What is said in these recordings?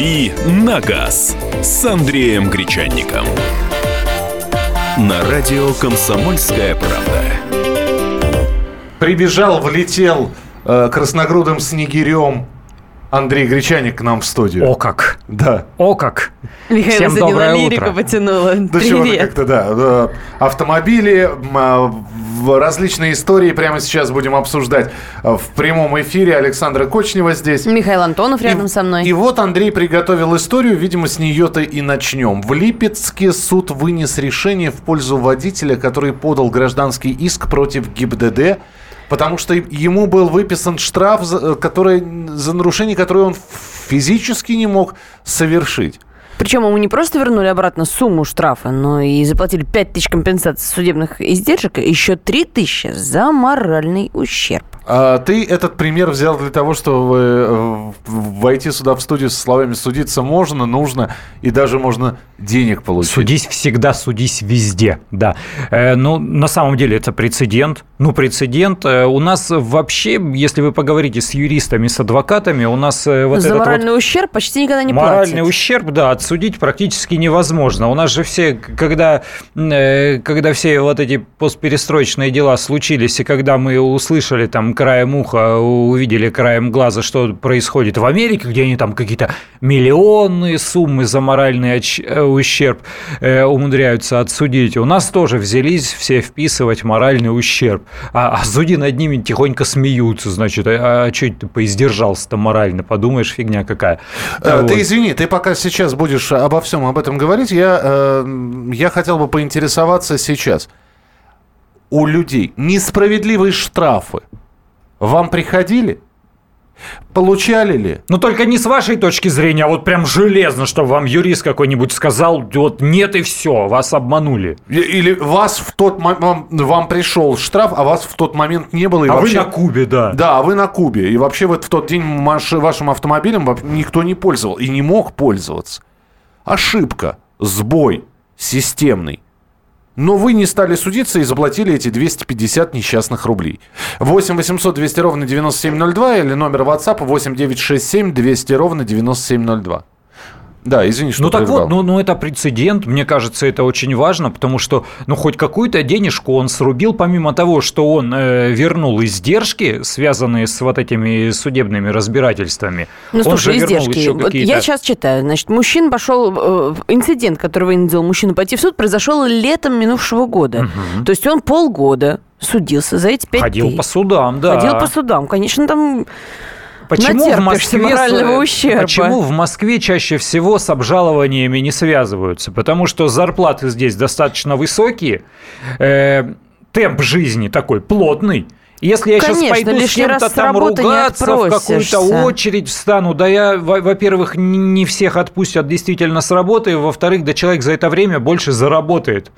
«Дави на газ» с Андреем Гречанником. На радио «Комсомольская правда». Прибежал, влетел красногрудым снегирем Андрей Гречанник к нам в студию. О как! Да. О как! Михаил Задина лирику потянула. Да чего-то как-то, да. Автомобили, различные истории прямо сейчас будем обсуждать в прямом эфире. Александра Кочнева здесь. Михаил Антонов рядом со мной. И вот Андрей приготовил историю, видимо, с нее-то и начнем. В Липецке суд вынес решение в пользу водителя, который подал гражданский иск против ГИБДД, потому что ему был выписан штраф, за нарушение, которое он физически не мог совершить. Причем ему не просто вернули обратно сумму штрафа, но и заплатили 5 тысяч компенсации судебных издержек, и еще 3 тысячи за моральный ущерб. А ты этот пример взял для того, чтобы войти сюда в студию со словами «судиться можно, нужно и даже можно денег получить». Судись всегда, судись везде, да. Ну, на самом деле это прецедент. Прецедент. У нас вообще, если вы поговорите с юристами, с адвокатами, у нас вот за моральный ущерб почти никогда не платят. Моральный ущерб, да, отсудить практически невозможно. У нас же все, когда все вот эти постперестроечные дела случились, и когда мы услышали там краем уха, увидели краем глаза, что происходит в Америке, где они там какие-то миллионные суммы за моральный ущерб умудряются отсудить. У нас тоже взялись все вписывать моральный ущерб. А судьи над ними тихонько смеются, значит, а что ты поиздержался-то морально? Подумаешь, фигня какая. Ты извини, ты пока сейчас будешь обо всем об этом говорить, я хотел бы поинтересоваться сейчас. У людей несправедливые штрафы вам приходили? Получали ли? Только не с вашей точки зрения, а вот прям железно, чтобы вам юрист какой-нибудь сказал, вот нет и все, вас обманули. Или вас в тот момент, вам пришел штраф, а вас в тот момент не было. И вообще... вы на Кубе, да. Да, а вы на Кубе. И вообще в тот день вашим автомобилем никто не пользовал и не мог пользоваться. Ошибка, сбой системный. Но вы не стали судиться и заплатили эти 250 несчастных рублей. 8 800 200 ровно 9702 или номер WhatsApp 8 967 200 ровно 9702. Да, извини, что так вот, это прецедент, мне кажется, это очень важно, потому что, хоть какую-то денежку он срубил, помимо того, что он вернул издержки, связанные с вот этими судебными разбирательствами. Слушай, издержки. Вот я сейчас читаю, значит, мужчина пошел, инцидент, который вынудил мужчину пойти в суд, произошел летом минувшего года. Угу. То есть он полгода судился за эти 5 Ходил по судам, да. Ходил по судам, конечно, там... Почему в Москве чаще всего с обжалованиями не связываются? Потому что зарплаты здесь достаточно высокие, темп жизни такой плотный. Если я сейчас пойду с кем-то там ругаться, в какую-то очередь встану, да я, во-первых, не всех отпустят действительно с работы, во-вторых, да человек за это время больше заработает.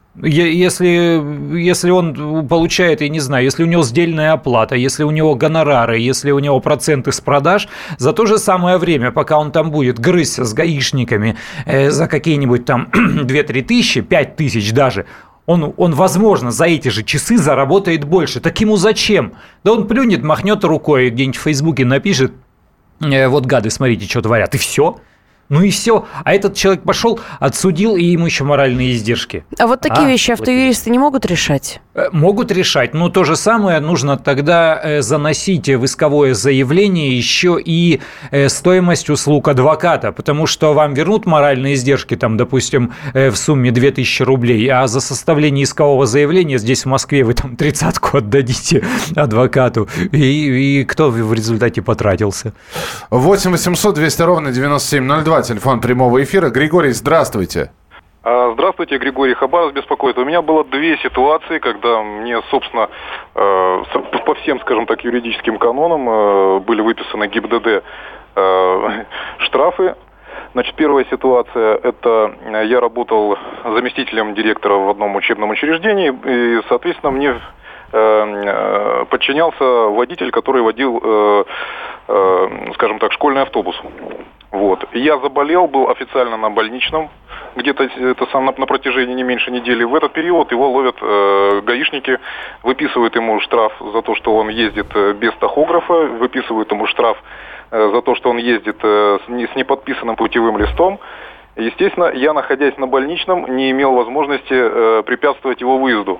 Если он получает, я не знаю, если у него сдельная оплата, если у него гонорары, если у него проценты с продаж, за то же самое время, пока он там будет грызться с гаишниками за какие-нибудь там 2-3 тысячи, 5 тысяч даже, он, возможно, за эти же часы заработает больше. Так ему зачем? Да он плюнет, махнет рукой, где-нибудь в Фейсбуке напишет, вот гады, смотрите, что творят, и все. И все. А этот человек пошел, отсудил, и ему еще моральные издержки. А вот такие вещи автоюристы не могут решать? Могут решать. Но то же самое нужно тогда заносить в исковое заявление еще и стоимость услуг адвоката. Потому что вам вернут моральные издержки, там, допустим, в сумме 2000 рублей, а за составление искового заявления здесь в Москве вы там 30-ку отдадите адвокату. И кто в результате потратился? 8 800 200 ровно 9702. Телефон прямого эфира. Григорий, здравствуйте. Здравствуйте, Григорий Хабаровск беспокоит. У меня было 2 ситуации, когда мне, собственно, по всем, скажем так, юридическим канонам были выписаны ГИБДД штрафы. Значит, первая ситуация, это я работал заместителем директора в одном учебном учреждении, и, соответственно, мне подчинялся водитель, который водил, скажем так, школьный автобус. Вот. Я заболел, был официально на больничном, где-то на протяжении не меньше недели. В этот период его ловят гаишники, выписывают ему штраф за то, что он ездит без тахографа, выписывают ему штраф за то, что он ездит с неподписанным путевым листом. Естественно, я, находясь на больничном, не имел возможности препятствовать его выезду.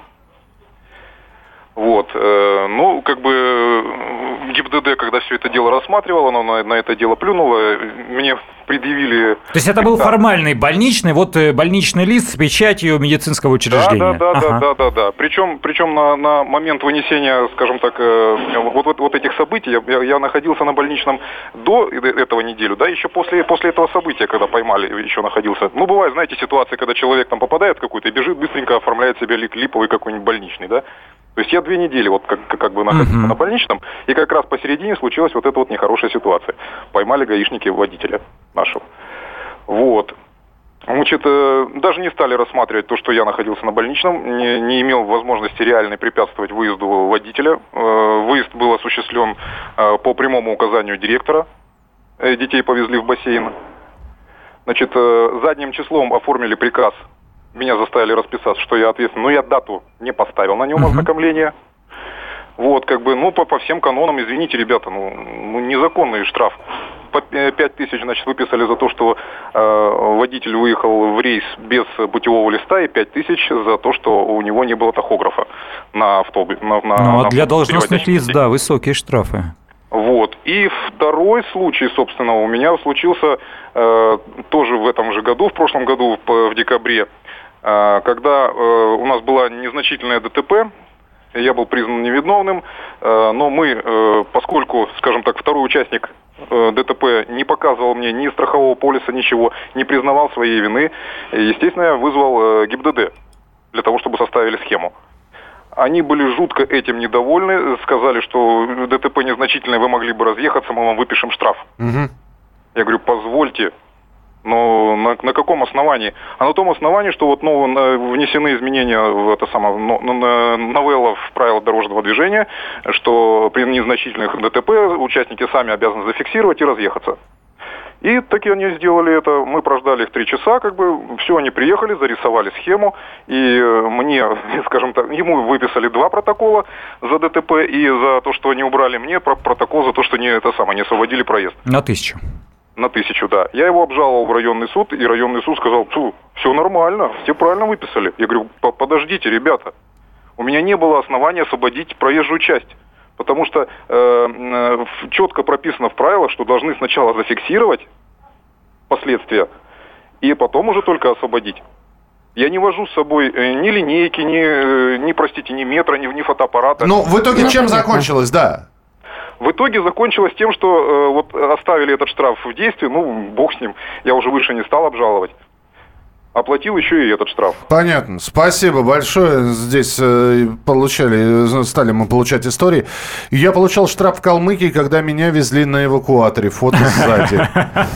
Вот. Ну, как бы ГИБДД, когда все это дело рассматривало, оно на это дело плюнуло, мне предъявили... То есть это был формальный больничный, вот больничный лист с печатью медицинского учреждения. Да. Причем на момент вынесения, скажем так, вот этих событий, я находился на больничном до этого неделю, да, еще после этого события, когда поймали, еще находился. Ну, бывает, знаете, ситуации, когда человек там попадает в какую-то и бежит, быстренько оформляет себе липовый какой-нибудь больничный, да. То есть я 2 недели вот как бы находился на больничном, и как раз посередине случилась вот эта вот нехорошая ситуация. Поймали гаишники водителя нашего. Вот. Значит, даже не стали рассматривать то, что я находился на больничном, не имел возможности реально препятствовать выезду водителя. Выезд был осуществлен по прямому указанию директора. Детей повезли в бассейн. Значит, задним числом оформили приказ. Меня заставили расписаться, что я ответственный. Но я дату не поставил на нем ознакомления. Вот, как бы, ну, по всем канонам, извините, ребята, ну незаконный штраф. По 5 тысяч, значит, выписали за то, что водитель выехал в рейс без путевого листа, и 5 тысяч за то, что у него не было тахографа на автобусе. Для должностных лиц, да, высокие штрафы. Вот. И второй случай, собственно, у меня случился тоже в этом же году, в прошлом году, в декабре, когда у нас была незначительная ДТП, я был признан невиновным, но мы, поскольку, скажем так, второй участник ДТП не показывал мне ни страхового полиса, ничего, не признавал своей вины, естественно, я вызвал ГИБДД для того, чтобы составили схему. Они были жутко этим недовольны, сказали, что ДТП незначительное, вы могли бы разъехаться, мы вам выпишем штраф. Я говорю, позвольте. Но на каком основании? А на том основании, что вот внесены изменения в это самое новелла в правила дорожного движения, что при незначительных ДТП участники сами обязаны зафиксировать и разъехаться. И таки они сделали это. Мы прождали их 3 часа, как бы, все, они приехали, зарисовали схему, и мне, скажем так, ему выписали 2 протокола за ДТП и за то, что они убрали мне протокол за то, что не освободили проезд. На 1000. На 1000, да. Я его обжаловал в районный суд, и районный суд сказал, все нормально, все правильно выписали. Я говорю, подождите, ребята, у меня не было основания освободить проезжую часть, потому что четко прописано в правилах, что должны сначала зафиксировать последствия, и потом уже только освободить. Я не вожу с собой ни линейки, ни метра, ни фотоаппарата. Ну, в итоге чем закончилось, да? В итоге закончилось тем, что вот оставили этот штраф в действии, бог с ним, я уже выше не стал обжаловать. Оплатил еще и этот штраф. Понятно. Спасибо большое. Здесь стали мы получать истории. Я получал штраф в Калмыкии, когда меня везли на эвакуаторе. Фото сзади.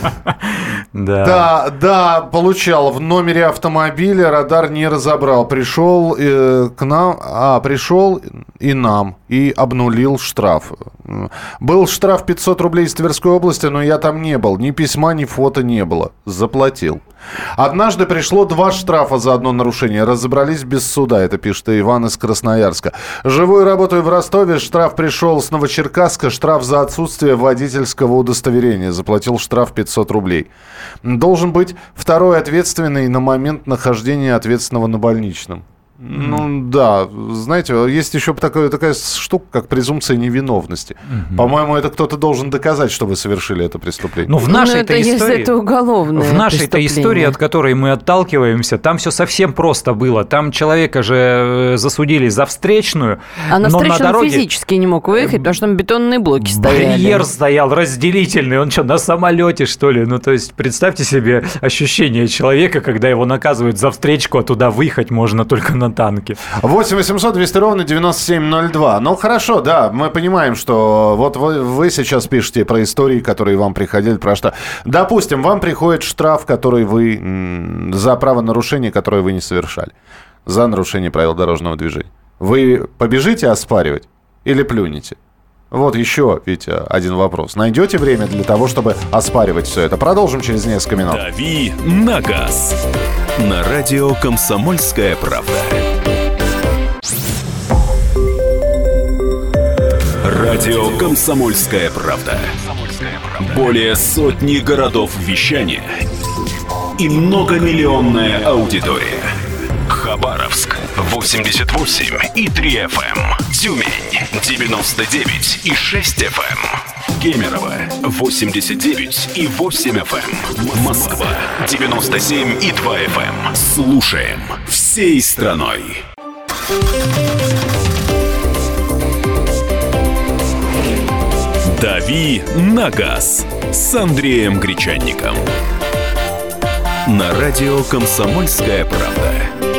Да, получал. В номере автомобиля радар не разобрал. Пришел к нам, пришел и нам, и обнулил штраф. Был штраф 500 рублей из Тверской области, но я там не был. Ни письма, ни фото не было. Заплатил. Однажды пришло 2 штрафа за одно нарушение. Разобрались без суда. Это пишет Иван из Красноярска. Живу и работаю в Ростове. Штраф пришел с Новочеркасска. Штраф за отсутствие водительского удостоверения. Заплатил штраф 500 рублей. Должен быть второй ответственный на момент нахождения ответственного на больничном. Ну да, знаете, есть еще такая штука, как презумпция невиновности. По-моему, это кто-то должен доказать, что вы совершили это преступление. Ну, в нашей-то истории, это уголовное в нашей-то истории, от которой мы отталкиваемся, там все совсем просто было. Там человека же засудили за встречную, а на встречную он физически не мог выехать, потому что там бетонные блоки стояли. Барьер стоял разделительный. Он что, на самолете, что ли? Ну, то есть, представьте себе ощущение человека, когда его наказывают за встречку, а туда выехать можно только на танки. 8 800 200 ровно 9702. Ну, хорошо, да, мы понимаем, что вот вы сейчас пишете про истории, которые вам приходили, про что. Допустим, вам приходит штраф, который вы за правонарушение, которое вы не совершали, за нарушение правил дорожного движения. Вы побежите оспаривать или плюнете? Вот еще, Витя, один вопрос. Найдете время для того, чтобы оспаривать все это? Продолжим через несколько минут. «Дави на газ» на радио «Комсомольская правда». Радио «Комсомольская правда». Более сотни городов вещания и многомиллионная аудитория. Хабаровск 88,3 FM, Тюмень 99,6 FM, Кемерово 89,8 FM, Москва 97,2 FM. Слушаем всей страной. «Дави на газ» с Андреем Гречанником. На радио «Комсомольская правда».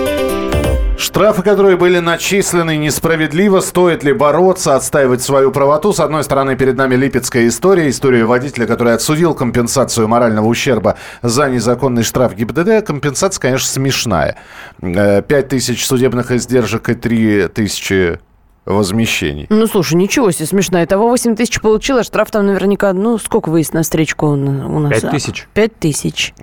Штрафы, которые были начислены несправедливо, стоит ли бороться, отстаивать свою правоту? С одной стороны, перед нами липецкая история водителя, который отсудил компенсацию морального ущерба за незаконный штраф ГИБДД. Компенсация, конечно, смешная. 5 тысяч судебных издержек и 3 тысячи возмещений. Ну, слушай, ничего себе, смешно. Итого 8 тысяч получила, штраф там наверняка, сколько выезд на встречку у нас? 5 тысяч. 5 тысяч.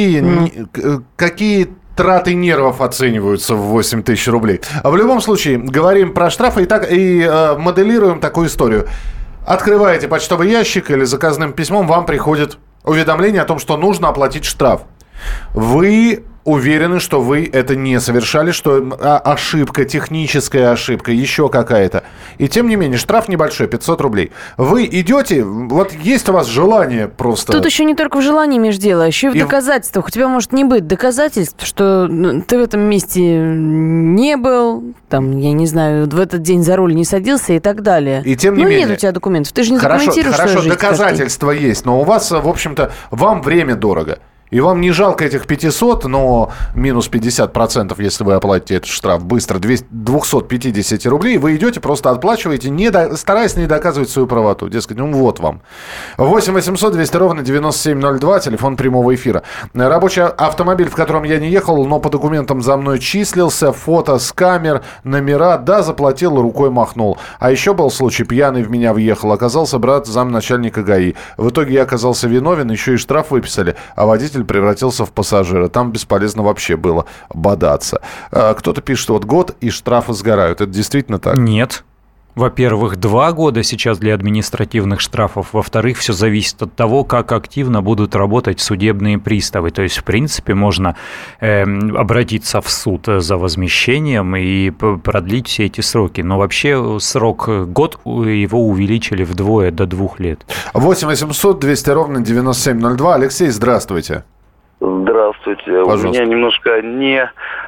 Какие траты нервов оцениваются в 8 тысяч рублей? В любом случае, говорим про штрафы и моделируем такую историю. Открываете почтовый ящик или заказным письмом, вам приходит уведомление о том, что нужно оплатить штраф. Вы уверены, что вы это не совершали, что ошибка, техническая ошибка, еще какая-то. И тем не менее, штраф небольшой, 500 рублей. Вы идете, вот есть у вас желание просто... Тут еще не только в желании имеешь дело, еще и в доказательствах. У тебя может не быть доказательств, что ты в этом месте не был, там, я не знаю, в этот день за руль не садился и так далее. И тем не менее... нет у тебя документов, ты же не документируешь свою жизнь. Хорошо, доказательства есть, но у вас, в общем-то, вам время дорого. И вам не жалко этих 500, но минус 50%, если вы оплатите этот штраф быстро, 250 рублей, вы идете, просто отплачиваете, стараясь не доказывать свою правоту. Дескать, вот вам. 8 800 200 ровно 9702, телефон прямого эфира. Рабочий автомобиль, в котором я не ехал, но по документам за мной числился, фото с камер, номера, да, заплатил, рукой махнул. А еще был случай, пьяный в меня въехал, оказался брат замначальника ГАИ. В итоге я оказался виновен, еще и штраф выписали, а водитель превратился в пассажира. Там бесполезно вообще было бодаться. Кто-то пишет, вот год и штрафы сгорают. Это действительно так? Нет. Во-первых, 2 года сейчас для административных штрафов. Во-вторых, все зависит от того, как активно будут работать судебные приставы. То есть, в принципе, можно обратиться в суд за возмещением и продлить все эти сроки. Но вообще срок год, его увеличили вдвое до 2 лет. 8 800 200 ровно 9702. Алексей, здравствуйте. Здравствуйте. Пожалуйста. У меня немножко не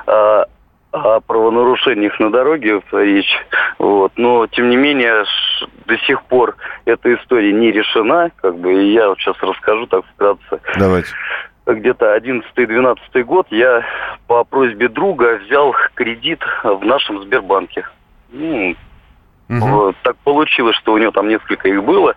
о правонарушениях на дороге речь, но тем не менее до сих пор эта история не решена, и я вот сейчас расскажу так вкратце. Давайте. Где-то 11-12 год я по просьбе друга взял кредит в нашем Сбербанке. Так получилось, что у него там несколько их было.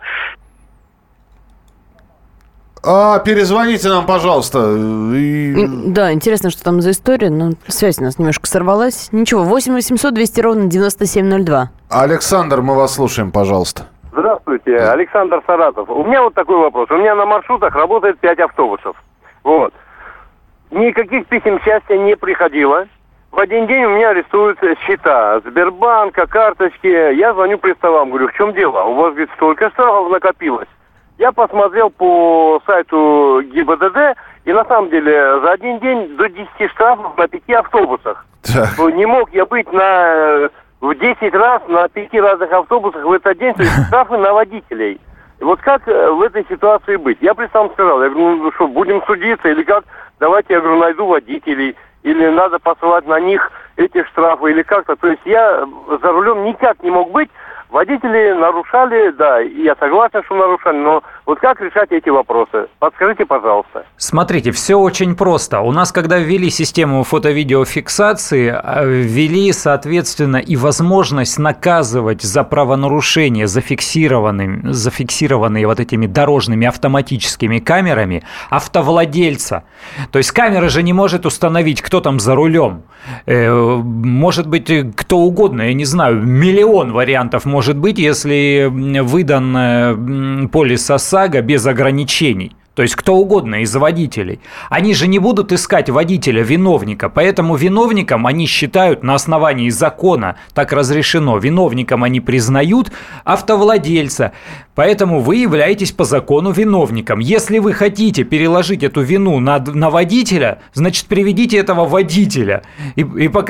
Перезвоните нам, пожалуйста. Да, интересно, что там за история, но связь у нас немножко сорвалась. Ничего, 8 800 200 ровно 9702. Александр, мы вас слушаем, пожалуйста. Здравствуйте, Александр, Саратов. У меня вот такой вопрос. У меня на маршрутах работает 5 автобусов. Никаких писем счастья не приходило. В один день у меня арестуются счета Сбербанка, карточки. Я звоню приставам, говорю, в чем дело? У вас, говорит, столько штрафов накопилось. Я посмотрел по сайту ГИБДД, и на самом деле за один день до 10 штрафов на 5 автобусах. Так. Не мог я быть в 10 раз на 5 разных автобусах в этот день, то есть штрафы на водителей. И вот как в этой ситуации быть? Я приставам сказал, я говорю, что будем судиться или как? Давайте, я говорю, найду водителей, или надо посылать на них эти штрафы, или как-то. То есть я за рулем никак не мог быть. Водители нарушали, да, я согласен, что нарушали, но вот как решать эти вопросы? Подскажите, пожалуйста. Смотрите, все очень просто. У нас, когда ввели систему фото-видеофиксации, ввели, соответственно, и возможность наказывать за правонарушение, зафиксированные вот этими дорожными автоматическими камерами автовладельца. То есть камера же не может установить, кто там за рулем. Может быть, кто угодно, я не знаю, миллион вариантов может быть, если выдан полис ОСАГО без ограничений. То есть кто угодно из водителей. Они же не будут искать водителя, виновника. Поэтому виновником они считают на основании закона, так разрешено, виновником они признают автовладельца. Поэтому вы являетесь по закону виновником. Если вы хотите переложить эту вину на водителя, значит, приведите этого водителя и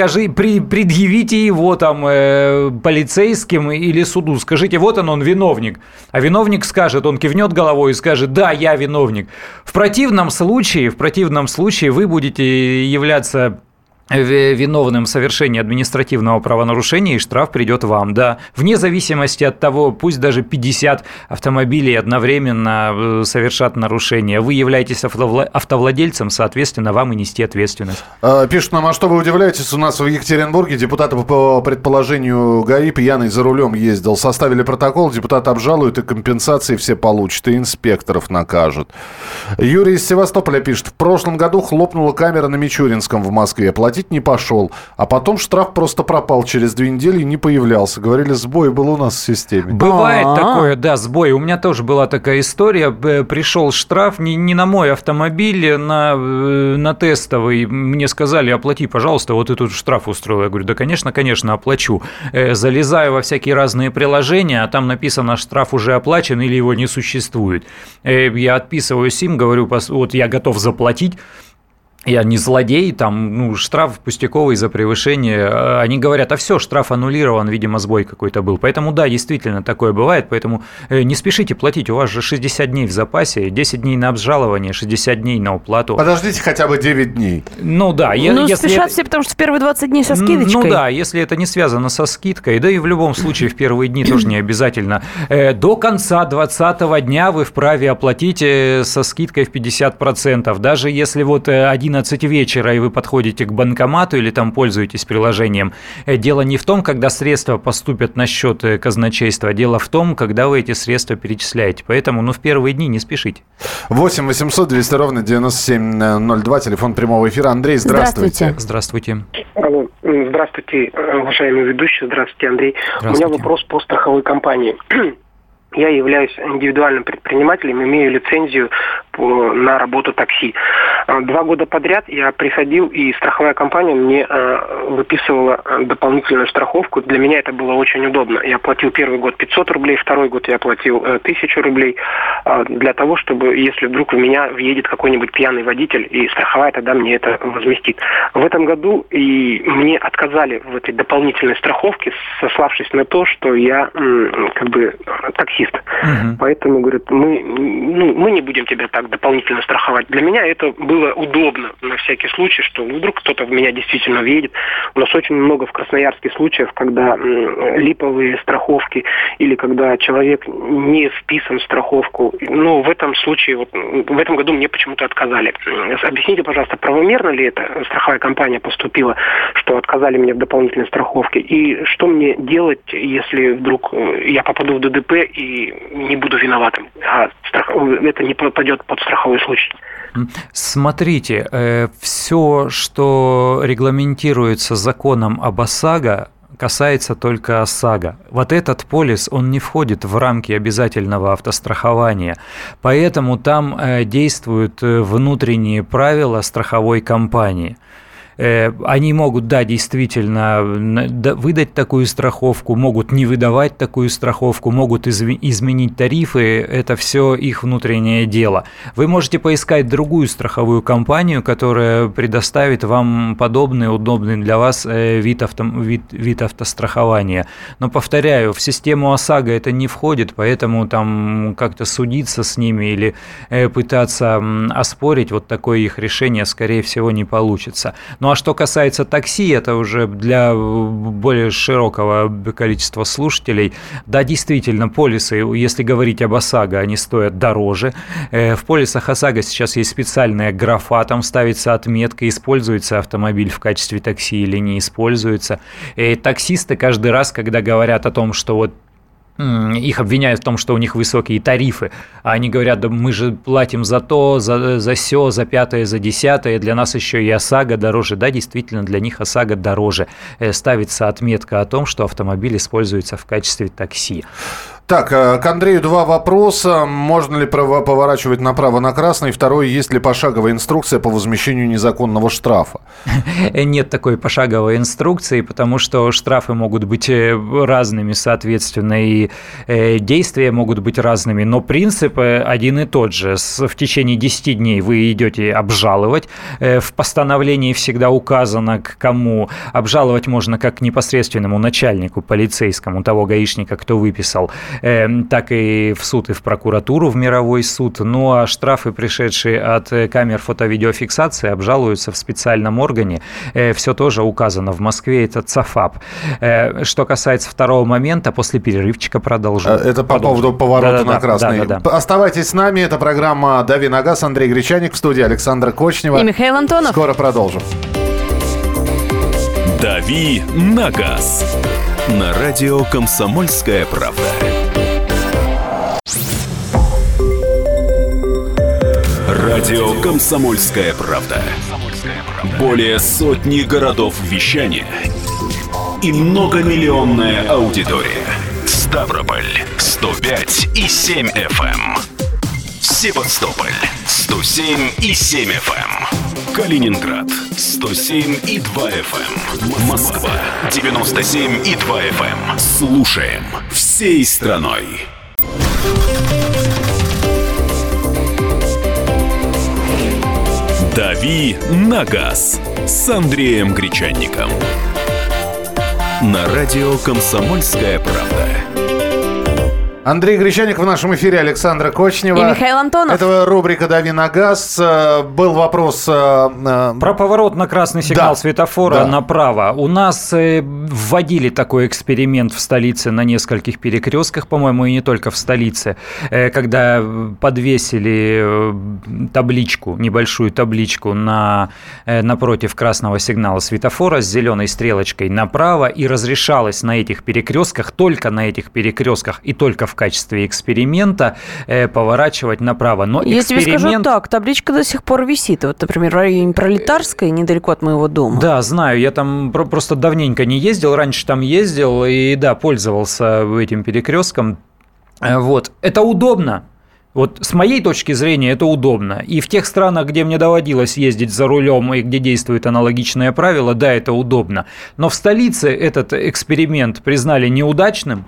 предъявите его там полицейским или суду. Скажите, вот он виновник. А виновник скажет, он кивнет головой и скажет, да, я виновник. В противном случае вы будете являться виновным в совершении административного правонарушения, и штраф придет вам, да. Вне зависимости от того, пусть даже 50 автомобилей одновременно совершат нарушение. Вы являетесь автовладельцем, соответственно, вам и нести ответственность. Пишут нам, а что вы удивляетесь? У нас в Екатеринбурге депутат по предположению ГАИ пьяный за рулем ездил. Составили протокол, депутат обжалует, и компенсации все получат, и инспекторов накажут. Юрий из Севастополя пишет, в прошлом году хлопнула камера на Мичуринском в Москве. Платить не пошел, а потом штраф просто пропал через 2 недели и не появлялся. Говорили, сбой был у нас в системе. Бывает такое, да, сбой. У меня тоже была такая история. Пришел штраф не на мой автомобиль, на тестовый. Мне сказали, оплати, пожалуйста, вот этот штраф устроил. Я говорю, да, конечно, оплачу. Залезаю во всякие разные приложения, а там написано, штраф уже оплачен или его не существует. Я отписываюсь им, говорю, вот я готов заплатить. Я не злодей, там, штраф пустяковый за превышение. Они говорят, а все, штраф аннулирован, видимо, сбой какой-то был. Поэтому, да, действительно, такое бывает. Поэтому не спешите платить, у вас же 60 дней в запасе, 10 дней на обжалование, 60 дней на уплату. Подождите хотя бы 9 дней. Ну, да. Спешат все, потому что в первые 20 дней со скидочкой. Ну, да, если это не связано со скидкой, да и в любом случае в первые дни тоже не обязательно. До конца 20-го дня вы вправе оплатить со скидкой в 50%. Даже если вот 11 вечера, и вы подходите к банкомату или там пользуетесь приложением. Дело не в том, когда средства поступят на счет казначейства, дело в том, когда вы эти средства перечисляете. Поэтому, в первые дни не спешите. 8 800 200 ровно 9702, телефон прямого эфира. Андрей, здравствуйте. Здравствуйте. Алло, здравствуйте, уважаемый ведущий. Здравствуйте, Андрей. Здравствуйте. У меня вопрос по страховой компании. Я являюсь индивидуальным предпринимателем, имею лицензию на работу такси. 2 года подряд я приходил, и страховая компания мне выписывала дополнительную страховку. Для меня это было очень удобно. Я платил первый год 500 рублей, второй год я платил 1000 рублей для того, чтобы, если вдруг в меня въедет какой-нибудь пьяный водитель, и страховая тогда мне это возместит. В этом году и мне отказали в этой дополнительной страховке, сославшись на то, что я таксист. Угу. Поэтому, говорят, мы не будем тебя так дополнительно страховать. Для меня это было удобно на всякий случай, что вдруг кто-то в меня действительно въедет. У нас очень много в Красноярске случаев, когда липовые страховки или когда человек не вписан в страховку. Но в этом случае, в этом году мне почему-то отказали. Объясните, пожалуйста, правомерно ли это страховая компания поступила, что отказали мне в дополнительной страховке? И что мне делать, если вдруг я попаду в ДТП и не буду виноватым, а это не попадет под страховой случай? Смотрите, все, что регламентируется законом об ОСАГО, касается только ОСАГО. Вот этот полис, он не входит в рамки обязательного автострахования, поэтому там действуют внутренние правила страховой компании. Они могут, да, действительно выдать такую страховку, могут не выдавать такую страховку, могут изменить тарифы, это все их внутреннее дело. Вы можете поискать другую страховую компанию, которая предоставит вам подобный, удобный для вас вид автострахования. Но, повторяю, в систему ОСАГО это не входит, поэтому там как-то судиться с ними или пытаться оспорить вот такое их решение, скорее всего, не получится. Ну а что касается такси, это уже для более широкого количества слушателей. Да, действительно, полисы, если говорить об ОСАГО, они стоят дороже. В полисах ОСАГО сейчас есть специальная графа, там ставится отметка, используется автомобиль в качестве такси или не используется. И таксисты каждый раз, когда говорят о том, что вот их обвиняют в том, что у них высокие тарифы, а они говорят, да мы же платим за то, за сё, за пятое, за десятое, для нас еще и ОСАГО дороже. Да, действительно, для них ОСАГО дороже. Ставится отметка о том, что автомобиль используется в качестве такси. Так, к Андрею 2 вопроса. Можно ли поворачивать направо на красный? Второй, есть ли пошаговая инструкция по возмещению незаконного штрафа? Нет такой пошаговой инструкции, потому что штрафы могут быть разными, соответственно, и действия могут быть разными, но принцип один и тот же. В течение 10 дней вы идете обжаловать. В постановлении всегда указано, к кому. Обжаловать можно как к непосредственному начальнику полицейскому, того гаишника, кто выписал, так и в суд, и в прокуратуру, в мировой суд. Ну а штрафы, пришедшие от камер фото-видеофиксации, обжалуются в специальном органе. Все тоже указано в Москве, это ЦАФАП. Что касается второго момента, после перерывчика продолжим. Это по поводу поворота на красный. Да. Оставайтесь с нами, это программа «Дави на газ». Андрей Гречаник в студии, Александра Кочнева и Михаил Антонов. Скоро продолжим. «Дави на газ» на радио «Комсомольская правда». Радио «Комсомольская правда». Более сотни городов вещания и многомиллионная аудитория. Ставрополь 105,7 FM. Севастополь 107,7 FM. Калининград 107,2 FM. Москва 97,2 FM. Слушаем всей страной. «Дави на газ» с Андреем Гречанником. На радио «Комсомольская правда». Андрей Гречаник в нашем эфире, Александра Кочнева. И Михаил Антонов. Это рубрика «Дави на газ». Был вопрос... Про поворот на красный сигнал светофора направо. У нас вводили такой эксперимент в столице на нескольких перекрестках, по-моему, и не только в столице, когда подвесили табличку, небольшую табличку напротив красного сигнала светофора с зеленой стрелочкой направо, и разрешалось на этих перекрестках, только на этих перекрестках и только в качестве эксперимента поворачивать направо. Но я тебе скажу так, табличка до сих пор висит. Вот, например, в районе Пролетарской, недалеко от моего дома. Да, знаю. Я там просто давненько не ездил. Раньше там ездил и, да, пользовался этим перекрестком. Вот. Это удобно. Вот с моей точки зрения это удобно. И в тех странах, где мне доводилось ездить за рулем и где действует аналогичное правило, да, это удобно. Но в столице этот эксперимент признали неудачным.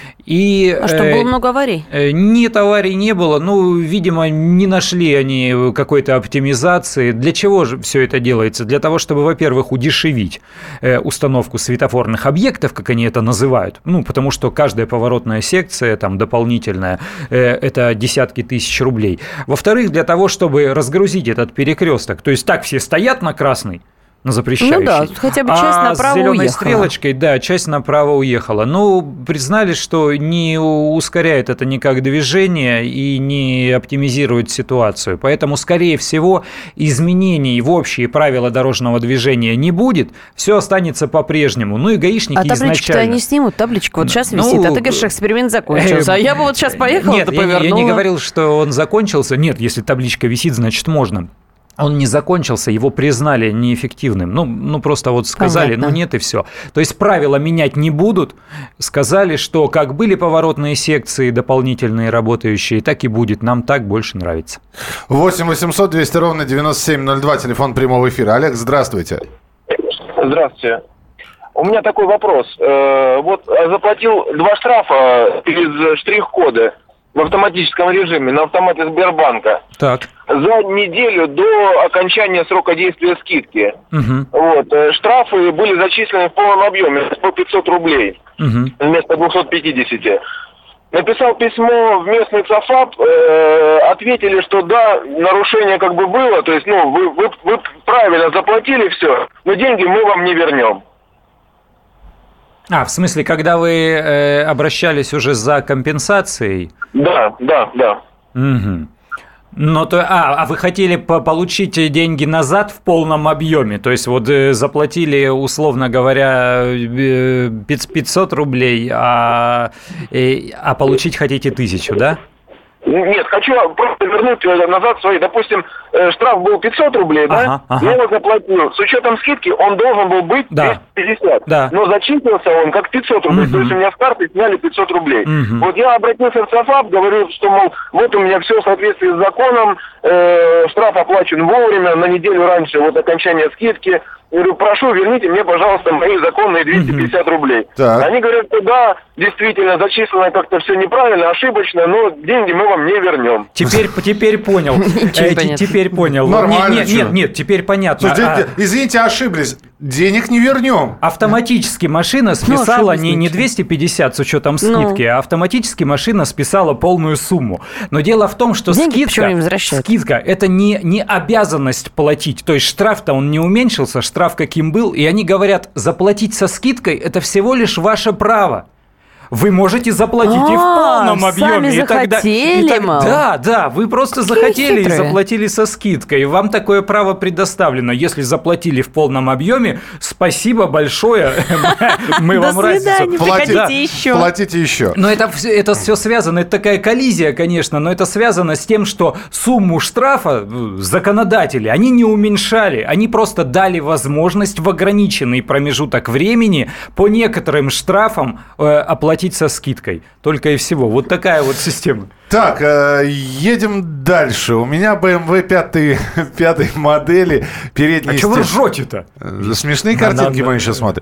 И, что, было много аварий? Нет, аварий не было. Ну, видимо, не нашли они какой-то оптимизации. Для чего же все это делается? Для того, чтобы, во-первых, удешевить установку светофорных объектов, как они это называют. Ну, потому что каждая поворотная секция, там, дополнительная, это десятки тысяч рублей. Во-вторых, для того, чтобы разгрузить этот перекресток. То есть так все стоят на красный, на запрещающий. Ну да, тут хотя бы часть направо с зеленой уехала. Стрелочкой, да, часть направо уехала. Ну, признали, что не ускоряет это никак движение и не оптимизирует ситуацию. Поэтому, скорее всего, изменений в общие правила дорожного движения не будет. Все останется по-прежнему. Ну и гаишники изначально... А табличку-то они снимут, табличка вот сейчас висит. А ты говоришь, эксперимент закончился. А я бы вот сейчас поехала, нет, повернула. Я не говорил, что он закончился. Нет, если табличка висит, значит можно. Он не закончился, его признали неэффективным. Ну просто вот сказали, понятно. Ну нет и все. То есть правила менять не будут. Сказали, что как были поворотные секции дополнительные работающие, так и будет. Нам так больше нравится. 8 800 200 ровно 9702, телефон прямого эфира. Олег, здравствуйте. Здравствуйте. У меня такой вопрос. Вот заплатил 2 штрафа через штрих-коды в автоматическом режиме на автомате Сбербанка. Так. За неделю до окончания срока действия скидки. Угу. Вот. Штрафы были зачислены в полном объеме, по 500 рублей вместо 250. Написал письмо в местный ЦАФАП, ответили, что да, нарушение как бы было, то есть, вы правильно заплатили все, но деньги мы вам не вернем. В смысле, когда вы обращались уже за компенсацией? Да. Угу. А вы хотели получить деньги назад в полном объеме? То есть вот заплатили, условно говоря, 500 рублей, а получить хотите 1000, да? Нет, хочу просто вернуть назад свои. Допустим, штраф был 500 рублей, да? Я его заплатил. С учетом скидки он должен был быть 250. Да. Но зачислился он как 500 рублей. То есть у меня с карты сняли 500 рублей. Вот я обратился в САФАП, говорю, что, мол, вот у меня все в соответствии с законом, штраф оплачен вовремя, на неделю раньше, вот окончания скидки. Я говорю, прошу, верните мне, пожалуйста, мои законные 250 рублей. Так. Они говорят, что да, действительно, зачислено как-то все неправильно, ошибочно, но деньги мы вам не вернем. Теперь понял. Теперь понял. Нормально. Нет, теперь понятно. Извините, ошиблись. Денег не вернем. Автоматически машина списала не 250 с учетом скидки, а автоматически машина списала полную сумму. Но дело в том, что скидка – это не обязанность платить. То есть штраф-то он не уменьшился, штраф каким был. И они говорят, заплатить со скидкой – это всего лишь ваше право. Вы можете заплатить и в полном объеме. Сами захотели, Да, вы просто захотели и заплатили со скидкой. Вам такое право предоставлено. Если заплатили в полном объеме, спасибо большое. Мы вам разницу. Платите еще. Но это все связано, это такая коллизия, конечно, но это связано с тем, что сумму штрафа законодатели, они не уменьшали, они просто дали возможность в ограниченный промежуток времени по некоторым штрафам оплатить со скидкой. Только и всего. Вот такая вот система. Так, едем дальше. У меня BMW 5 модели. Передние что вы ржете-то? Смешные картинки мы сейчас смотрим.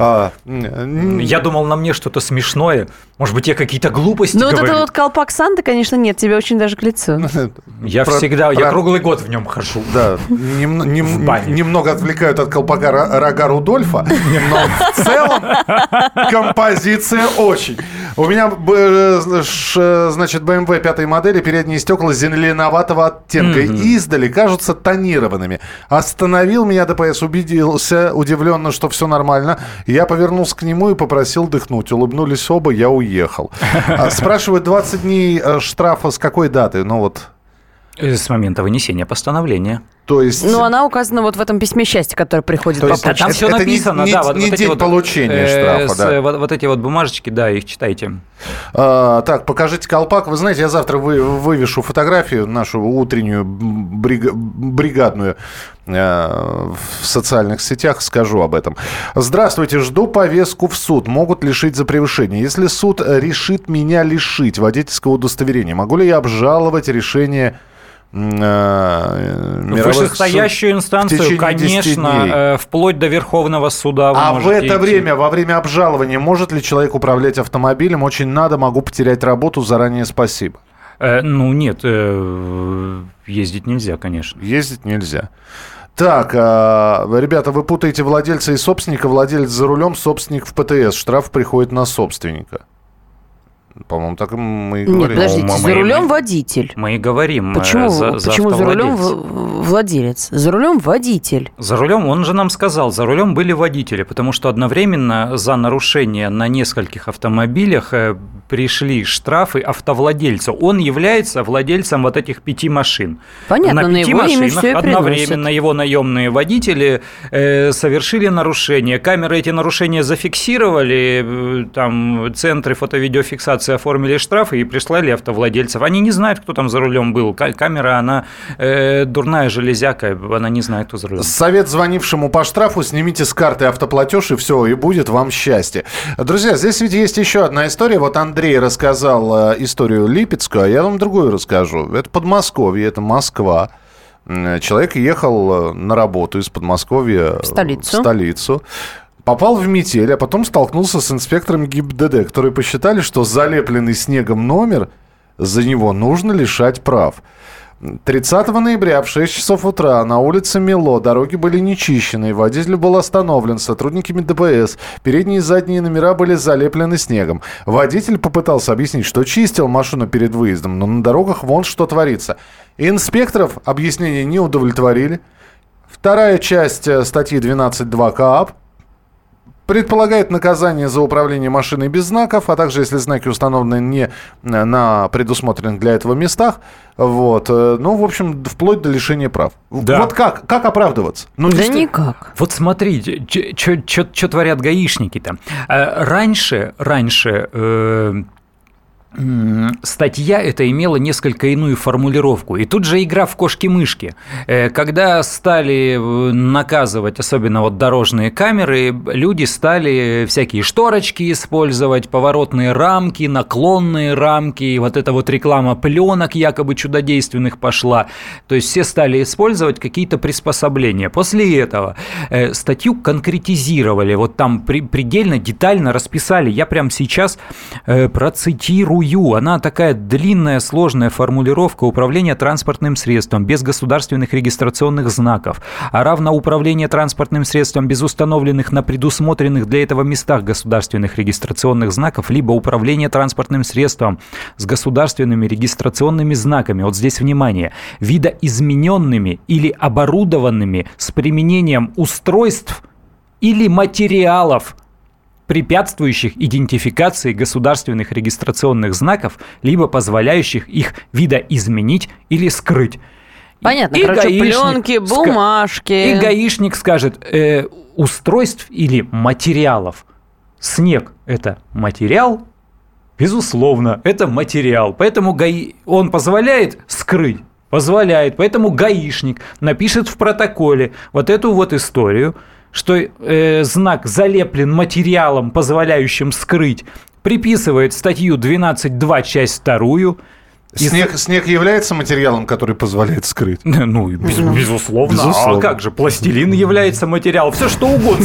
Я думал, на мне что-то смешное. Может быть, я какие-то глупости говорю. Ну, вот это вот колпак Санты, конечно, нет. Тебе очень даже к лицу. Я круглый год в нем хожу. Да, немного отвлекают от колпака рога Рудольфа. Но в целом композиция очень. У меня, значит, BMW 5 модели, передние стекла зеленоватого оттенка. Издали кажутся тонированными. Остановил меня ДПС, убедился удивленно, что все нормально. Я повернулся к нему и попросил дыхнуть. Улыбнулись оба, я уехал. Спрашивают, 20 дней штрафа с какой даты? Ну вот... С момента вынесения постановления. То есть... Ну, она указана вот в этом письме счастья, которое приходит по почте. Там все написано, да. Не день получения штрафа, да. Вот эти вот бумажечки, да, их читайте. Так, покажите колпак. Вы знаете, я завтра вывешу фотографию нашу утреннюю бригадную в социальных сетях, скажу об этом. Здравствуйте, жду повестку в суд. Могут лишить за превышение. Если суд решит меня лишить водительского удостоверения, могу ли я обжаловать решение... вышестоящую инстанцию, конечно, вплоть до Верховного суда. А в это время, во время обжалования, может ли человек управлять автомобилем? Очень надо, могу потерять работу, заранее спасибо. Ну, нет, ездить нельзя, конечно. Ездить нельзя. Так, ребята, вы путаете владельца и собственника. Владелец за рулем, собственник в ПТС. Штраф приходит на собственника. По-моему, так мы и говорим. Нет, подождите, за рулем водитель. Мы и говорим. Почему за рулем владелец? За рулем водитель. За рулем, он же нам сказал, за рулем были водители, потому что одновременно за нарушение на нескольких автомобилях пришли штрафы автовладельцу. Он является владельцем вот этих 5 машин. Понятно, на 5 его машинах все одновременно его наемные водители совершили нарушения. Камеры эти нарушения зафиксировали, там центры фото-видеофиксации оформили штрафы и прислали автовладельцев. Они не знают, кто там за рулем был. Камера, она дурная железяка, она не знает, кто за рулем. Совет звонившему по штрафу: снимите с карты автоплатеж, и все, и будет вам счастье. Друзья, здесь ведь есть еще одна история. Вот Андрей рассказал историю липецкую, а я вам другую расскажу. Это Подмосковье, это Москва. Человек ехал на работу из Подмосковья в столицу. Попал в метель, а потом столкнулся с инспекторами ГИБДД, которые посчитали, что залепленный снегом номер за него нужно лишать прав. 30 ноября в 6 часов утра на улице Мело дороги были нечищены, водитель был остановлен сотрудниками ДПС, передние и задние номера были залеплены снегом. Водитель попытался объяснить, что чистил машину перед выездом, но на дорогах вон что творится. Инспекторов объяснения не удовлетворили. Вторая часть статьи 12.2 КоАП Предполагает наказание за управление машиной без знаков, а также если знаки установлены не на предусмотренных для этого местах. Вот. Ну, в общем, вплоть до лишения прав. Да. Вот как оправдываться? Ну, да никак. Вот смотрите, что творят гаишники-то. Раньше статья эта имела несколько иную формулировку. И тут же игра в кошки-мышки. Когда стали наказывать, особенно вот дорожные камеры, люди стали всякие шторочки использовать, поворотные рамки, наклонные рамки, вот эта вот реклама пленок якобы чудодейственных пошла. То есть все стали использовать какие-то приспособления. После этого статью конкретизировали, вот там предельно детально расписали. Я прямо сейчас процитирую. Она такая длинная, сложная формулировка: управление транспортным средством без государственных регистрационных знаков, а равно управление транспортным средством без установленных на предусмотренных для этого местах государственных регистрационных знаков, либо управление транспортным средством с государственными регистрационными знаками, вот здесь внимание, видоизмененными или оборудованными с применением устройств или материалов, препятствующих идентификации государственных регистрационных знаков, либо позволяющих их видоизменить или скрыть. Понятно, пленки, бумажки. И гаишник скажет, устройств или материалов. Снег – это материал? Безусловно, это материал. Поэтому он позволяет скрыть? Позволяет. Поэтому гаишник напишет в протоколе вот эту вот историю, что знак залеплен материалом, позволяющим скрыть, приписывает статью 12.2, часть 2. Снег является материалом, который позволяет скрыть? Ну, безусловно. А как же, пластилин является материалом, все что угодно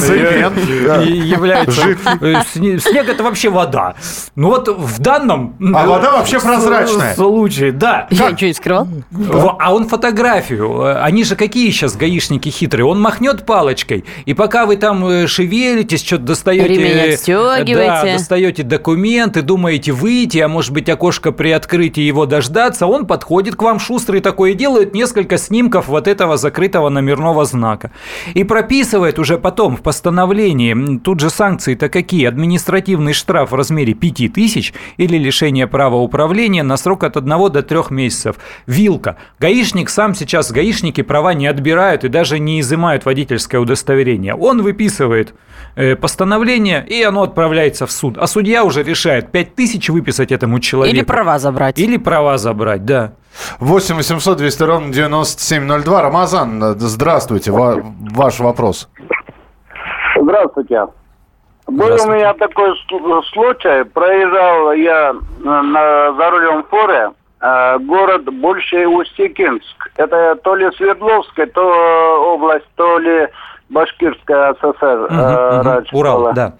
является. Снег – это вообще вода. Ну вот в данном вода вообще прозрачная. Случае, да. Я ничего не скрывал. А он фотографию. Они же какие сейчас гаишники хитрые. Он махнет палочкой, и пока вы там шевелитесь, что-то достаете. Ремень отстегиваете. Да, достаете документы, думаете выйти, а может быть окошко при открытии его дождаться, он подходит к вам шустрый такой и делает несколько снимков вот этого закрытого номерного знака. И прописывает уже потом в постановлении, тут же санкции-то какие? Административный штраф в размере 5000 или лишение права управления на срок от 1 до 3 месяцев. Вилка. Гаишник сам сейчас, гаишники права не отбирают и даже не изымают водительское удостоверение. Он выписывает постановление, и оно отправляется в суд. А судья уже решает, 5000 выписать этому человеку. Или права забрать. Или права забрать, да. 8 800 200 ровно 9702. Рамазан, здравствуйте. Ваш вопрос. Здравствуйте. Был у меня такой случай. Проезжал я за рулем фуры город Больший Усть-Якимск. Это то ли Свердловская, то область, то ли Башкирская ССР. Раньше Урал, была. да.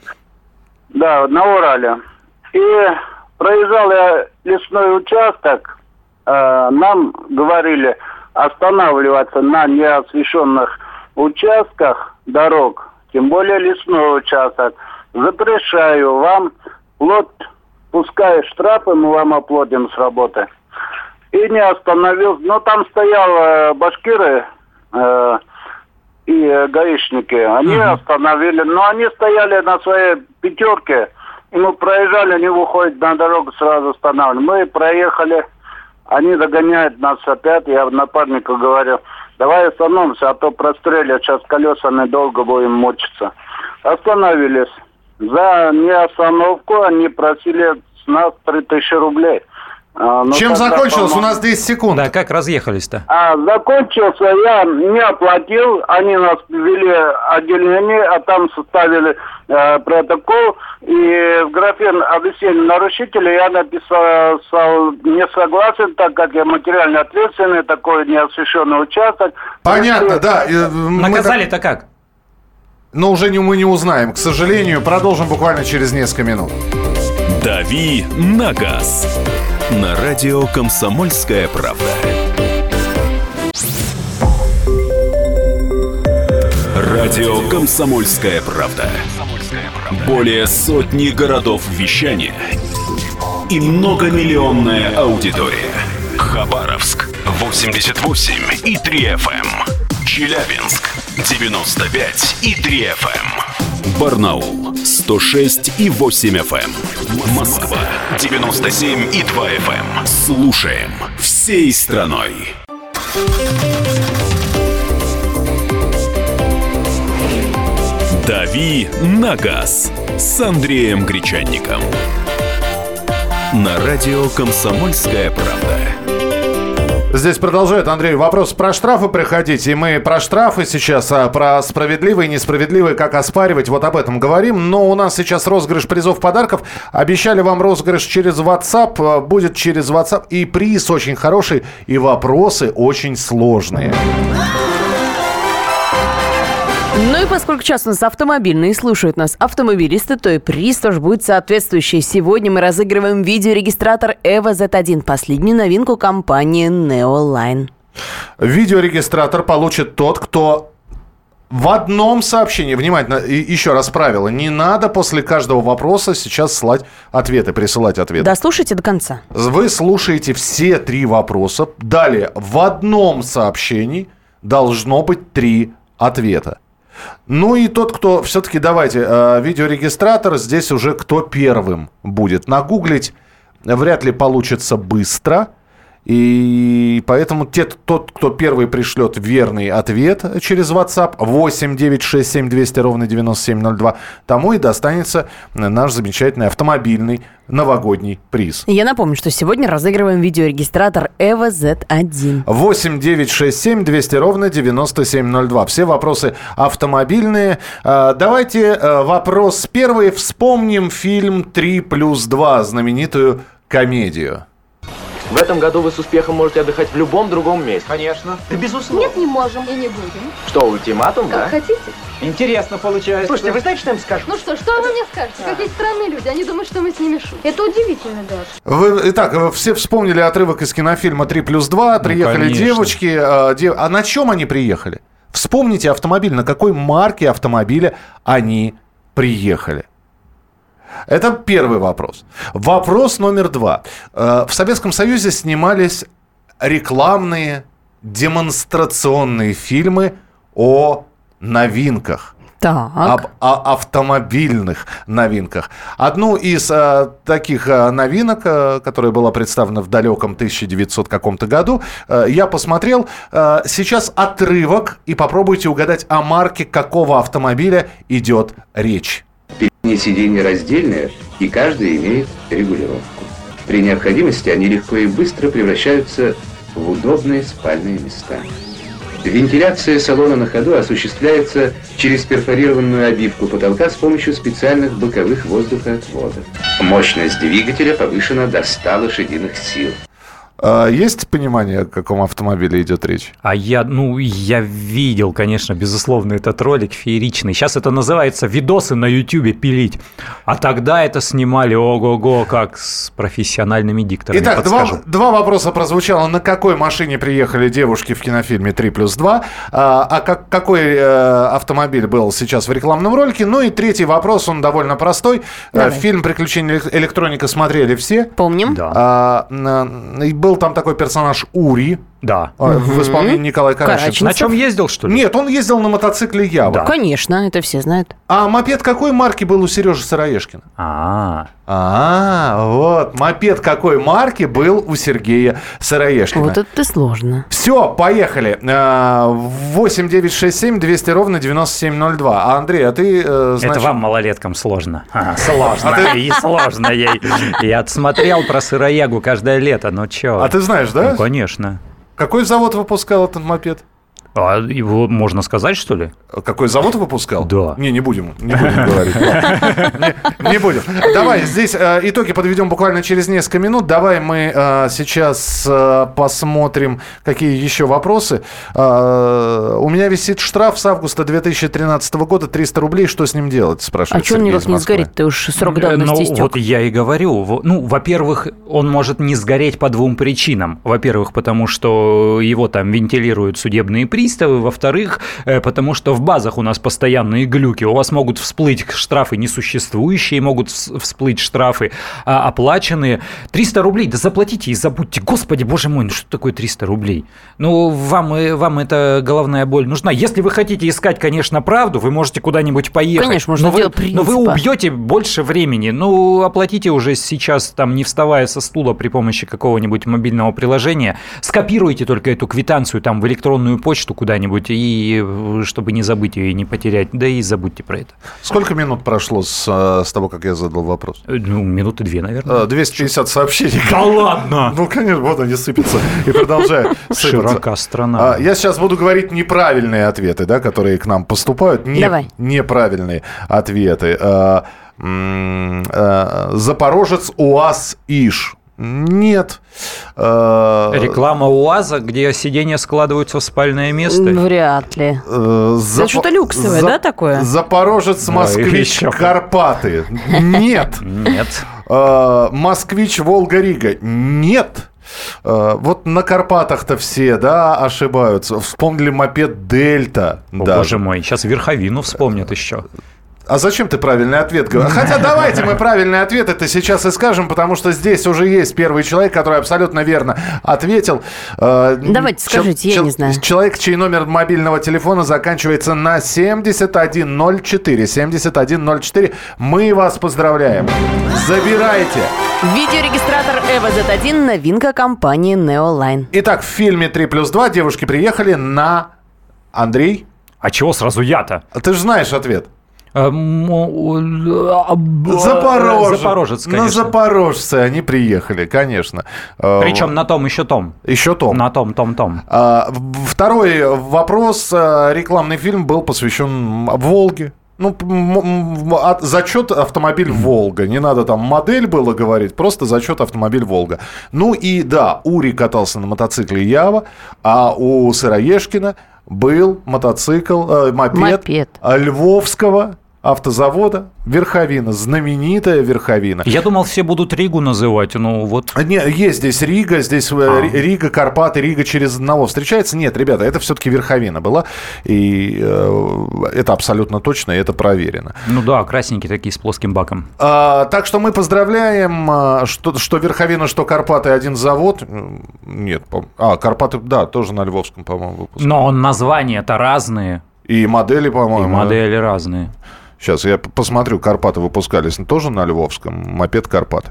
Да, на Урале. И проезжал я лесной участок. Нам говорили останавливаться на неосвещенных участках дорог, тем более лесной участок. Запрещаю вам, пускай штрафы мы вам оплатим с работы. И не остановился. Но там стоял башкиры и гаишники. Они остановили. Но они стояли на своей пятерке. И мы проезжали, они выходят на дорогу, сразу останавливаем. Мы проехали, они догоняют нас опять. Я напарнику говорю, давай остановимся, а то прострелят, сейчас колесами долго будем мучиться. Остановились. За неостановку они просили с нас 3000 рублей. Чем закончилось? У нас 10 секунд. Да, как разъехались-то? Закончился, я не оплатил, они нас ввели отделение, а там составили протокол, и в графе объяснение нарушителя я написал не согласен, так как я материально ответственный, такой неосвещенный участок. Понятно, да. Наказали-то как? Но уже мы не узнаем, к сожалению. Продолжим буквально через несколько минут. «Дави на газ» на радио «Комсомольская правда». Радио «Комсомольская правда». Более сотни городов вещания и многомиллионная аудитория. Хабаровск 88,3 FM. Челябинск 95,3 FM. Барнаул 106,8 FM. Москва 97,2 FM. Слушаем всей страной. «Дави на газ» с Андреем Гречанником. На радио «Комсомольская правда». Здесь продолжает, Андрей, вопрос про штрафы приходить. И мы про штрафы сейчас, про справедливые и несправедливые, как оспаривать, вот об этом говорим. Но у нас сейчас розыгрыш призов, подарков. Обещали вам розыгрыш через WhatsApp. Будет через WhatsApp. И приз очень хороший, и вопросы очень сложные. Ну и поскольку сейчас у нас автомобильный и слушают нас автомобилисты, то и приз тоже будет соответствующий. Сегодня мы разыгрываем видеорегистратор EVO Z1, последнюю новинку компании Neoline. Видеорегистратор получит тот, кто в одном сообщении, внимательно, еще раз правило, не надо после каждого вопроса сейчас присылать ответы. Дослушайте до конца. Вы слушаете все 3 вопроса. Далее в одном сообщении должно быть 3 ответа. Ну и тот, кто... Все-таки давайте, видеорегистратор, здесь уже кто первым будет. Нагуглить вряд ли получится быстро. И поэтому тот, кто первый пришлет верный ответ через WhatsApp 8 967 200 ровно 9702, тому и достанется наш замечательный автомобильный новогодний приз. Я напомню, что сегодня разыгрываем видеорегистратор EVO Z1. 8 967 200 ровно 9702. Все вопросы автомобильные. Давайте вопрос первый. Вспомним фильм «3+2», знаменитую комедию. В этом году вы с успехом можете отдыхать в любом другом месте. Конечно. Да безусловно. Нет, не можем и не будем. Что, ультиматум, как да? хотите. Интересно получается. Слушайте, вы знаете, что я им скажу? Ну что вы мне скажете? Какие странные люди. Они думают, что мы с ними шутим. Это удивительно даже. Итак, все вспомнили отрывок из кинофильма «3+2». Приехали конечно. девочки. А на чем они приехали? Вспомните автомобиль. На какой марке автомобиля они приехали? Это первый вопрос. Вопрос номер 2. В Советском Союзе снимались рекламные, демонстрационные фильмы о новинках. Так. Об автомобильных новинках. Одну из таких новинок, которая была представлена в далеком 1900 каком-то году, я посмотрел. Сейчас отрывок, и попробуйте угадать, о марке какого автомобиля идет речь. Передние сиденья раздельные, и каждый имеет регулировку. При необходимости они легко и быстро превращаются в удобные спальные места. Вентиляция салона на ходу осуществляется через перфорированную обивку потолка с помощью специальных боковых воздухоотводов. Мощность двигателя повышена до 100 лошадиных сил. Есть понимание, о каком автомобиле идет речь? Я видел, конечно, безусловно, этот ролик фееричный. Сейчас это называется видосы на Ютубе пилить. А тогда это снимали, ого-го, как с профессиональными дикторами. Итак, два вопроса прозвучало. На какой машине приехали девушки в кинофильме «3+2», какой автомобиль был сейчас в рекламном ролике. Ну и третий вопрос, он довольно простой. Давай. Фильм «Приключения электроника» смотрели все? Помним. Да. Был там такой персонаж Ури. Да. В исполнении Николая Караченцева. На чем ездил, что ли? Нет, он ездил на мотоцикле Ява. Да. Конечно, это все знают. А мопед какой марки был у Сережи Сыроежкина? Вот. Мопед какой марки был у Сергея Сыроежкина? Вот это сложно. Все, поехали. 8 967 200 ровно 9702. А, Андрей, ты знаешь... Это вам, малолеткам, сложно. Сложно. И сложно ей. Я отсмотрел про Сыроегу каждое лето. Ну чё? А ты знаешь, да? Ну, конечно. Какой завод выпускал этот мопед? А его можно сказать, что ли? Какой завод выпускал? Да. Не будем говорить. Не будем. Давай здесь итоги подведем буквально через несколько минут. Давай мы сейчас посмотрим, какие еще вопросы. У меня висит штраф с августа 2013 года 300 рублей. Что с ним делать, спрашивает Сергей из Москвы. А что он не сгорит? Ты уж срок давности истек. Вот я и говорю. Во-первых, он может не сгореть по 2 причинам. Во-первых, потому что его там вентилируют судебные приставы, приставы, во-вторых, потому что в базах у нас постоянные глюки. У вас могут всплыть штрафы несуществующие, могут всплыть штрафы оплаченные. 300 рублей, да заплатите и забудьте. Господи, боже мой, ну что такое 300 рублей? Ну, вам эта головная боль нужна. Если вы хотите искать, конечно, правду, вы можете куда-нибудь поехать. Конечно, можно делать принципа. Но вы убьете больше времени. Ну, оплатите уже сейчас, там, не вставая со стула при помощи какого-нибудь мобильного приложения. Скопируйте только эту квитанцию там в электронную почту куда-нибудь, и чтобы не забыть ее и не потерять. Да и забудьте про это. Сколько минут прошло с того, как я задал вопрос? Ну, минуты 2, наверное. 250 сообщений. Да ладно! Ну, конечно, вот они сыпятся и продолжают сыпаться. Широка страна. Я сейчас буду говорить неправильные ответы, да, которые к нам поступают. Давай. Неправильные ответы. Запорожец УАЗ Иж. Нет. Реклама УАЗа, где сиденья складываются в спальное место? Вряд ли. Это что-то люксовое, да, такое? Запорожец, Москвич, Карпаты. Нет. Нет. Москвич, Волга, Рига. Нет. Вот на Карпатах-то все, да, ошибаются. Вспомнили мопед Дельта. Боже мой, сейчас Верховину вспомнят еще. А зачем ты правильный ответ говоришь? Хотя давайте мы правильный ответ это сейчас и скажем, потому что здесь уже есть первый человек, который абсолютно верно ответил. Давайте скажите, я не знаю. Человек, чей номер мобильного телефона заканчивается на 7104. 7104. Мы вас поздравляем. Забирайте. Видеорегистратор EVO Z1 – новинка компании Neoline. Итак, в фильме 3+2 девушки приехали на... Андрей? А чего сразу я-то? Ты же знаешь ответ. Запорожец, конечно. На запорожце они приехали, конечно. Причем на том еще том. Еще том. На том. Второй вопрос. Рекламный фильм был посвящен Волге. Ну, зачет автомобиль «Волга». Не надо там модель было говорить, просто зачет автомобиль «Волга». Ну и да, Ури катался на мотоцикле «Ява», а у Сыроежкина был мопед. Львовского автозавода «Верховина», знаменитая «Верховина». Я думал, все будут Ригу называть, ну вот... Нет, есть здесь Рига, Рига, Карпаты, Рига через одного встречается. Нет, ребята, это все-таки «Верховина» была, и это абсолютно точно, и это проверено. Ну да, красненькие такие с плоским баком. Так что мы поздравляем, что «Верховина», что «Карпаты» один завод. Нет, «Карпаты», да, тоже на Львовском, по-моему, выпускали. Но названия-то разные. И модели, по-моему. И модели разные. Сейчас я посмотрю, «Карпаты» выпускались тоже на Львовском. Мопед «Карпаты».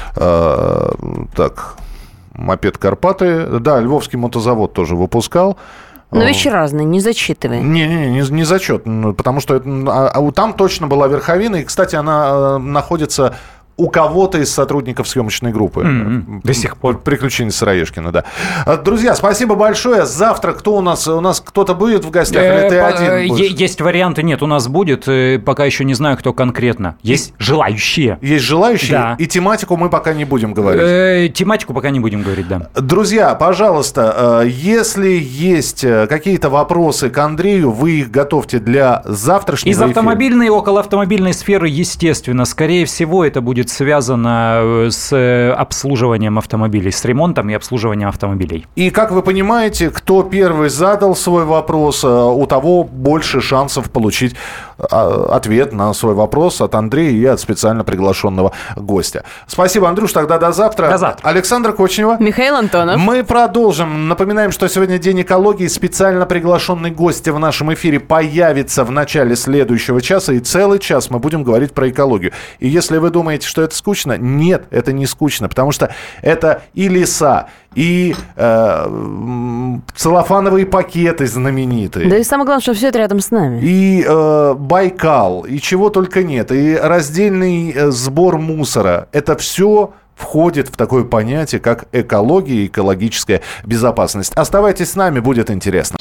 Так, мопед «Карпаты». Да, Львовский мотозавод тоже выпускал. Но вещи разные, не зачитывай. Не зачет, потому что там точно была «Верховина». И, кстати, она находится... у кого-то из сотрудников съемочной группы. До сих пор. «Приключения Сыроежкина», да. Друзья, спасибо большое. Завтра кто у нас? У нас кто-то будет в гостях? Или ты один будешь? Есть варианты. Нет, у нас будет. Пока еще не знаю, кто конкретно. Есть желающие. Есть желающие? Да. И тематику мы пока не будем говорить? Тематику пока не будем говорить, да. Друзья, пожалуйста, если есть какие-то вопросы к Андрею, вы их готовьте для завтрашнего эфира. Из автомобильной и околоавтомобильной сферы, естественно. Скорее всего, это будет связано с обслуживанием автомобилей, с ремонтом и обслуживанием автомобилей. И, как вы понимаете, кто первый задал свой вопрос, у того больше шансов получить ответ на свой вопрос от Андрея и от специально приглашенного гостя. Спасибо, Андрюш, тогда до завтра. До завтра. Александр Кочнева. Михаил Антонов. Мы продолжим. Напоминаем, что сегодня День экологии. Специально приглашенный гость в нашем эфире появится в начале следующего часа, и целый час мы будем говорить про экологию. И если вы думаете, что это скучно, нет, это не скучно, потому что это и леса, и целлофановые пакеты знаменитые. Да и самое главное, что все это рядом с нами. И Байкал, и чего только нет, и раздельный сбор мусора. Это все входит в такое понятие, как экология и экологическая безопасность. Оставайтесь с нами, будет интересно.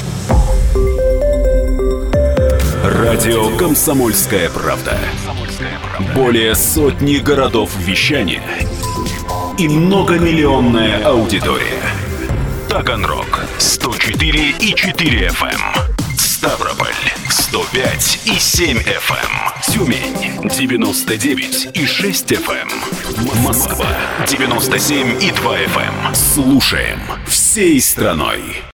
Радио «Комсомольская правда». Более сотни городов вещания и многомиллионная аудитория. Таганрог 104,4 FM, Ставрополь 105,7 FM, Тюмень 99,6 FM, Москва 97,2 FM. Слушаем всей страной.